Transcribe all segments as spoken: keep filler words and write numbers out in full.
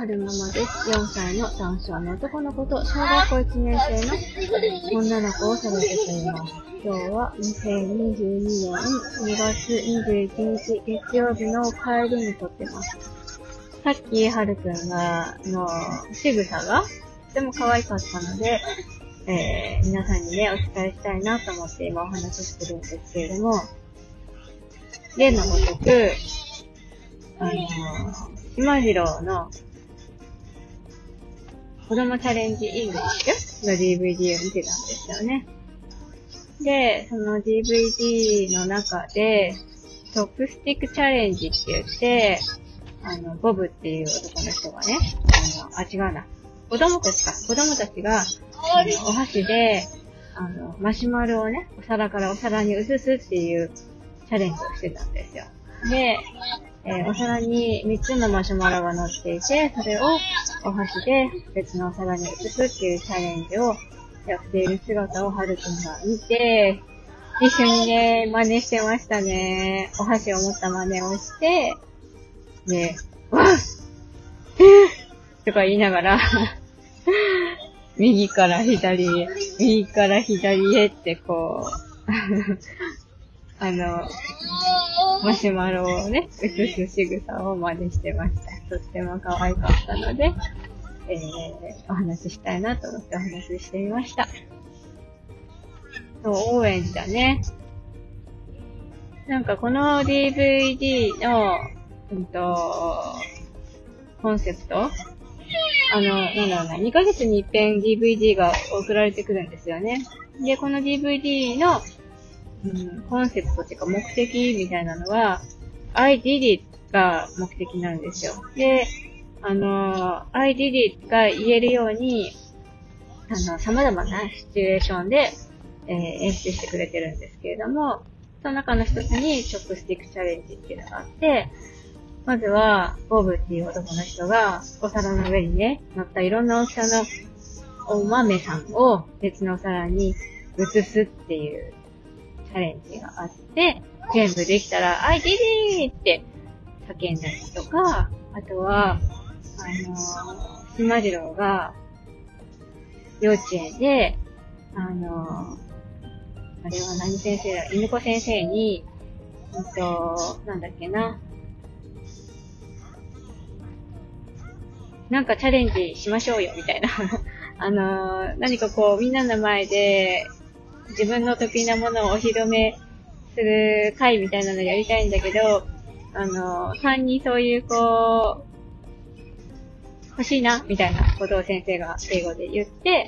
春ママです。よんさいの男性の男の子と小学校いちねん生の女の子を育てています。今日はにせんにじゅうにねんにがつにじゅういちにち月曜日の帰りに撮ってます。さっきはるくんが、の仕草がとても可愛かったので、えー、皆さんにね、お伝えしたいなと思って今お話ししてるんですけれども、例のごとく、あのー、しまじろうの子供チャレンジイングリッシュの ディーブイディー を見てたんですよね。で、その ディーブイディー の中で、トップスティックチャレンジって言って、あの、ボブっていう男の人がね、あの、あ、違うな。子供たちか。子供たちが、あの、お箸で、あの、マシュマロをね、お皿からお皿に移すっていうチャレンジをしてたんですよ。で、えー、お皿にみっつのマシュマロが乗っていて、それをお箸で別のお皿に移すっていうチャレンジをやっている姿をはるくんが見て、一緒にね、真似してましたね。お箸を持った真似をして、で、わっとか言いながら、右から左へ、右から左へってこう、あの、マシュマロをね、映す仕草を真似してました。とっても可愛かったので、えー、お話ししたいなと思ってお話ししてみました。そう、応援だね。なんかこの ディーブイディー の、うんと、コンセプトあの、なんだろうな、にかげつに一遍 ディーブイディー が送られてくるんですよね。で、この ディーブイディー の、うん、コンセプトっていうか目的みたいなのは、I did it が目的なんですよ。で、あの、I did it が言えるように、あの、様々なシチュエーションで、えー、演出してくれてるんですけれども、その中の一つにチョップスティックチャレンジっていうのがあって、まずは、ボブっていう男の人が、お皿の上にね、乗ったいろんな大きさのお豆さんを別のお皿に移すっていうチャレンジがあって、全部できたら、I did it! って叫んだりとか、あとは、あのー、しまじろうが、幼稚園で、あのー、あれは何先生だ、犬子先生に、うんと、なんだっけな、なんかチャレンジしましょうよ、みたいな。あのー、何かこう、みんなの前で、自分の得意なものをお披露目する会みたいなのやりたいんだけど、あのー、さんにそういうこう、欲しいな、みたいなことを先生が英語で言って、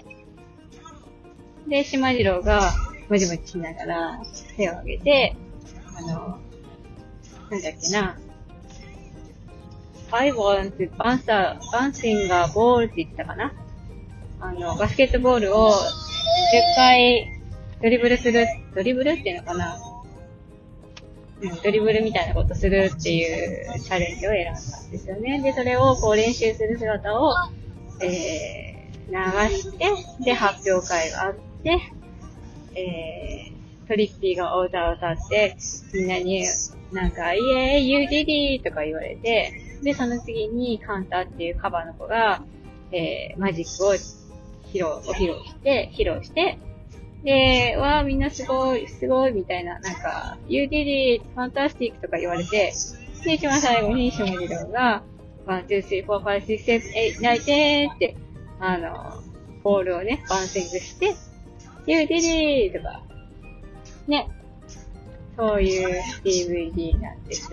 で、しまじろうが、もじもじしながら手を挙げて、あのー、なんだっけな、I want to bounce a, bouncing a ball って言ってたかな。あの、バスケットボールをじゅっかいドリブルする、ドリブルっていうのかな、うん、ドリブルみたいなことするっていうチャレンジを選んだんですよね。で、それをこう練習する姿を、えー、流して、で、発表会があって、えー、トリッキーがお歌を歌って、みんなになんか、イエーイ、ユーディディとか言われて、で、その次にカンタっていうカバーの子が、えー、マジックを披露、お披露して、披露して、で、わーみんなすごい、すごいみたいな、なんか、You did it, fantastic とか言われて、で、一番最後にしまじろうが、ワン、ツー、スリー、フォー、ファイブ、シックス、セブン、エイト、ナイン、テンって、あの、ボールをね、バウンシングして、You did it とか、ね、そういう ディーブイディー なんです。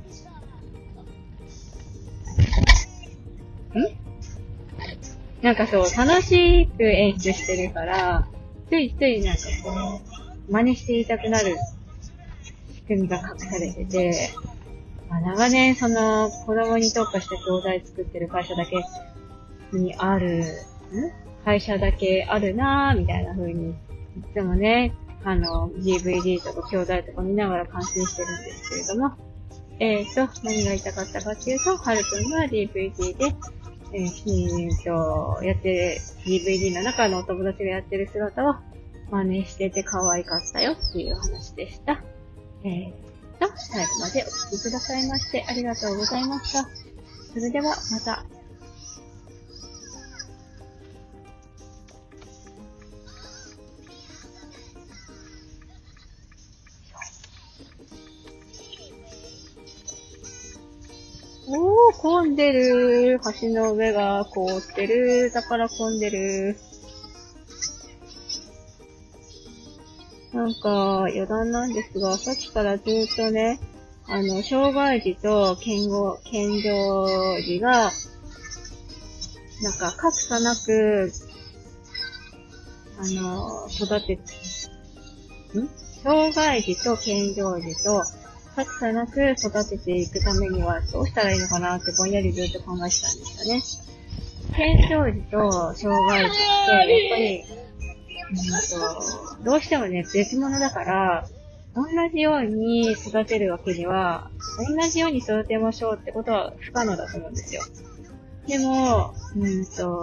んなんかそう、楽しく演出してるから、ついついなんかこう、真似していたくなる仕組みが隠されてて、まあ、長年その子供に特化した教材作ってる会社だけにある、ん会社だけあるなぁ、みたいな風に、いつもね、あの、ディーブイディー とか教材とか見ながら感心してるんですけれども、えーと、何が言いたかったかっていうと、はるくんが ディーブイディー で、えー、えーと、やってる、ディーブイディー の中のお友達がやってる姿を真似してて可愛かったよっていう話でした。えーと、最後までお聞きくださいましてありがとうございました。それではまた。 おー、混んでる。橋の上が凍ってる。だから混んでる。なんか、余談なんですが、さっきからずっとね、あの、障害児と健護、健常児が、なんか、格差なく、あの、育て、ん障害児と健常児と、格差なく育てていくためにはどうしたらいいのかなってぼんやりずっと考えてたんですよね。健常児と障害児って、やっぱり、うんと、どうしてもね、別物だから、同じように育てるわけには、同じように育てましょうってことは不可能だと思うんですよ。でも、うんと、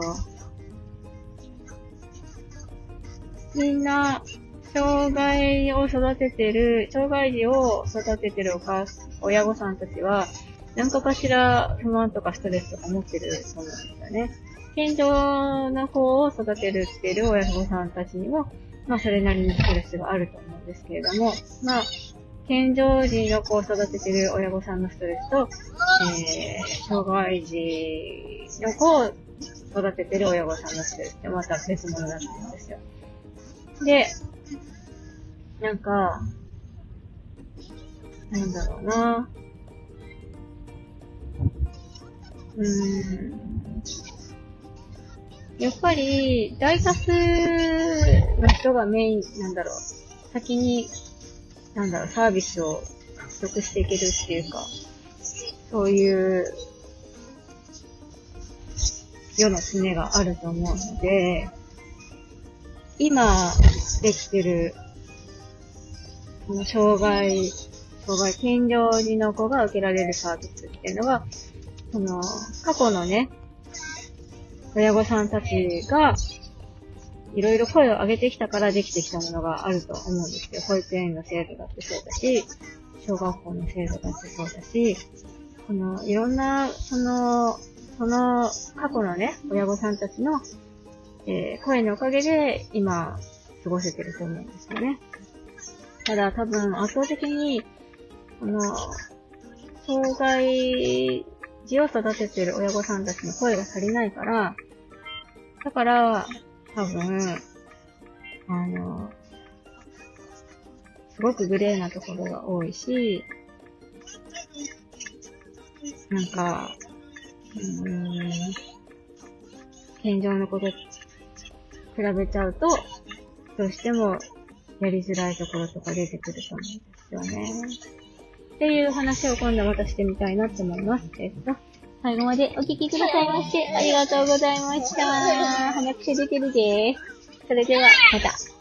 みんな、障害を育ててる、障害児を育ててるお母、親御さんたちは、何かかしら不満とかストレスとか持ってると思うんですよね。健常な子を育てるってる親御さんたちにも、まあそれなりにストレスがあると思うんですけれども、まあ、健常児の子を育ててる親御さんのストレスと、えー、障害児の子を育ててる親御さんのストレスってまた別物だと思うんですよ。で、なんか、なんだろうな。うーん。やっぱり、大多数の人がメイン、なんだろう。先に、なんだろう、サービスを獲得していけるっていうか、そういう世の常があると思うので、今できてる、この障害、障害、健常児の子が受けられるサービスっていうのは、その、過去のね、親御さんたちが、いろいろ声を上げてきたからできてきたものがあると思うんですよ。保育園の制度だってそうだし、小学校の制度だってそうだし、この、いろんな、その、その、過去のね、親御さんたちの、えー、声のおかげで、今、過ごせてると思うんですよね。ただ、多分、圧倒的に、この、障害児を育ててる親御さんたちの声が足りないから、だから、多分、あの、すごくグレーなところが多いし、なんか、うーん、健常のこと比べちゃうと、どうしてもやりづらいところとか出てくると思うんですよね。っていう話を今度またしてみたいなと思います。えっと、最後までお聞きくださいましてありがとうございました。鼻くそ出てるで。それでは、また。